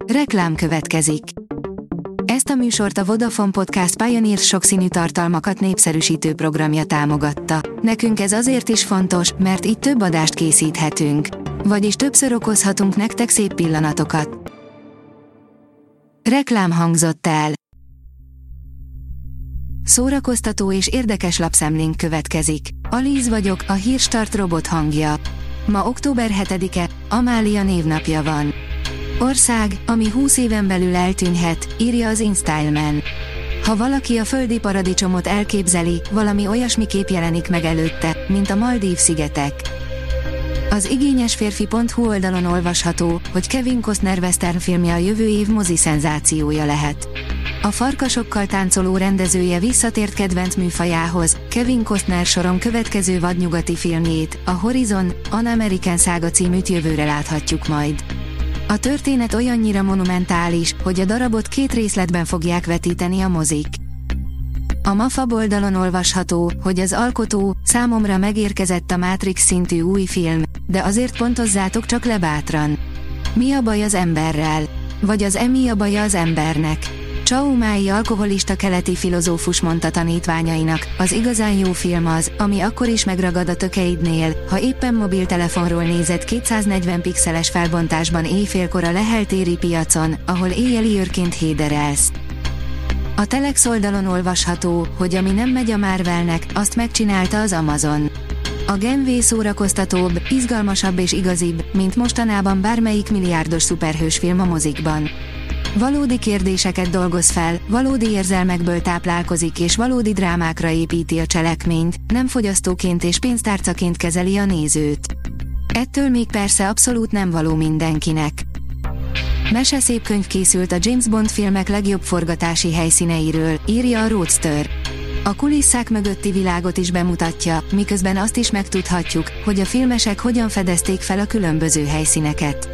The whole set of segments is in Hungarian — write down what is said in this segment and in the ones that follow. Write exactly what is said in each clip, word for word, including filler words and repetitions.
Reklám következik. Ezt a műsort a Vodafone Podcast Pioneer sokszínű tartalmakat népszerűsítő programja támogatta. Nekünk ez azért is fontos, mert így több adást készíthetünk. Vagyis többször okozhatunk nektek szép pillanatokat. Reklám hangzott el. Szórakoztató és érdekes lapszemlénk következik. Alíz vagyok, a Hírstart robot hangja. Ma október hetedike, Amália névnapja van. Ország, ami húsz éven belül eltűnhet, írja az InStyleman. Ha valaki a földi paradicsomot elképzeli, valami olyasmi kép jelenik meg előtte, mint a Maldív-szigetek. Az igényes férfi pont hu oldalon olvasható, hogy Kevin Costner western filmje a jövő év mozi szenzációja lehet. A farkasokkal táncoló rendezője visszatért kedvenc műfajához, Kevin Costner soron következő vadnyugati filmjét, a Horizon, An American Saga címűt jövőre láthatjuk majd. A történet olyannyira monumentális, hogy a darabot két részletben fogják vetíteni a mozik. A Mafab oldalon olvasható, hogy az alkotó, számomra megérkezett a Matrix szintű új film, de azért pontozzátok csak le bátran. Mi a baj az emberrel? Vagy az emi a baja az embernek? Chao Mai alkoholista keleti filozófus mondta tanítványainak, az igazán jó film az, ami akkor is megragad a tökeidnél, ha éppen mobiltelefonról nézed kétszáznegyven pixeles felbontásban éjfélkor a Lehel téri piacon, ahol éjjeli őrként héderelsz. A Telex oldalon olvasható, hogy ami nem megy a Marvelnek, azt megcsinálta az Amazon. A Gen V szórakoztatóbb, izgalmasabb és igazibb, mint mostanában bármelyik milliárdos szuperhős film a mozikban. Valódi kérdéseket dolgoz fel, valódi érzelmekből táplálkozik és valódi drámákra építi a cselekményt, nem fogyasztóként és pénztárcaként kezeli a nézőt. Ettől még persze abszolút nem való mindenkinek. Meseszép könyv készült a James Bond filmek legjobb forgatási helyszíneiről, írja a Roadster. A kulisszák mögötti világot is bemutatja, miközben azt is megtudhatjuk, hogy a filmesek hogyan fedezték fel a különböző helyszíneket.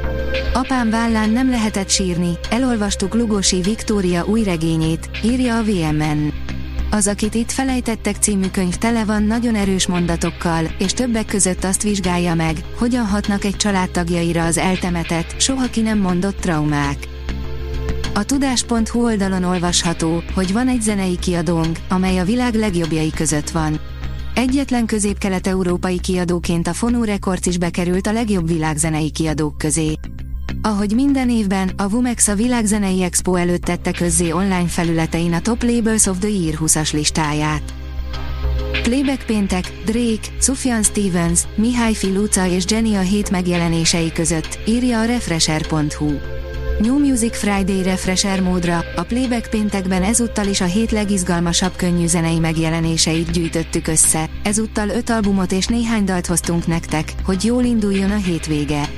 Apám vállán nem lehetett sírni, elolvastuk Lugosi Viktória új regényét, írja a vé em en. Az, akit itt felejtettek című könyv tele van nagyon erős mondatokkal, és többek között azt vizsgálja meg, hogyan hatnak egy családtagjaira az eltemetett, soha ki nem mondott traumák. A tudás pont hu oldalon olvasható, hogy van egy zenei kiadónk, amely a világ legjobbjai között van. Egyetlen közép-kelet-európai kiadóként a Fonó Records is bekerült a legjobb világzenei kiadók közé. Ahogy minden évben, a Vumex a Világzenei Expo előtt tette közzé online felületein a Top Labels of the Year húszas listáját. Playback péntek, Drake, Sufjan Stevens, Mihály Filuca és Jenny a hét megjelenései között, írja a Refresher pont hu. New Music Friday Refresher módra, a Playback péntekben ezúttal is a hét legizgalmasabb könnyű zenei megjelenéseit gyűjtöttük össze, ezúttal öt albumot és néhány dalt hoztunk nektek, hogy jól induljon a hétvége.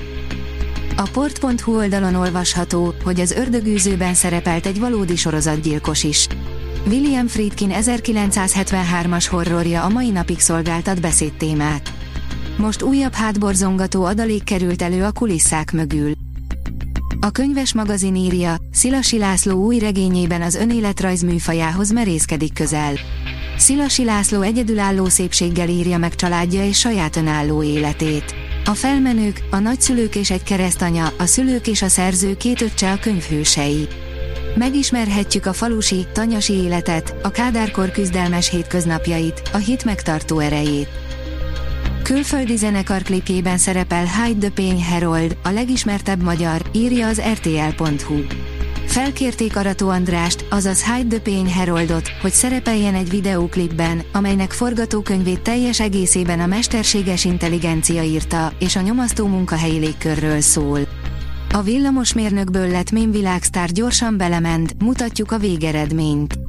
A port pont hu oldalon olvasható, hogy az Ördögűzőben szerepelt egy valódi sorozatgyilkos is. William Friedkin ezerkilencszázhetvenhármas horrorja a mai napig szolgáltat beszédtémát. Most újabb hátborzongató adalék került elő a kulisszák mögül. A Könyves magazin írja, Szilasi László új regényében az önéletrajz műfajához merészkedik közel. Szilasi László egyedülálló szépséggel írja meg családja és saját önálló életét. A felmenők, a nagyszülők és egy keresztanya, a szülők és a szerző két öccse a könyv hősei. Megismerhetjük a falusi, tanyasi életet, a Kádárkor küzdelmes hétköznapjait, a hit megtartó erejét. Külföldi zenekar klipjében szerepel Hide the Pain Harold, a legismertebb magyar, írja az er té el pont hu. Felkérték Arató Andrást, azaz Hide the Pain Haroldot, hogy szerepeljen egy videóklipben, amelynek forgatókönyvét teljes egészében a mesterséges intelligencia írta, és a nyomasztó munkahelyi légkörről szól. A villamosmérnökből lett mém világsztár gyorsan belement, mutatjuk a végeredményt.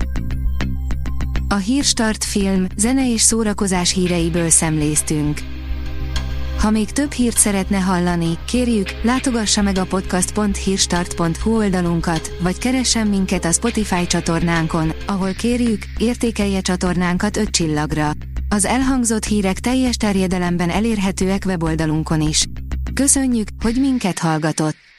A Hírstart film, zene és szórakozás híreiből szemléztünk. Ha még több hírt szeretne hallani, kérjük, látogassa meg a podcast pont hírstart pont hu oldalunkat, vagy keressen minket a Spotify csatornánkon, ahol kérjük, értékelje csatornánkat öt csillagra. Az elhangzott hírek teljes terjedelemben elérhetőek weboldalunkon is. Köszönjük, hogy minket hallgatott!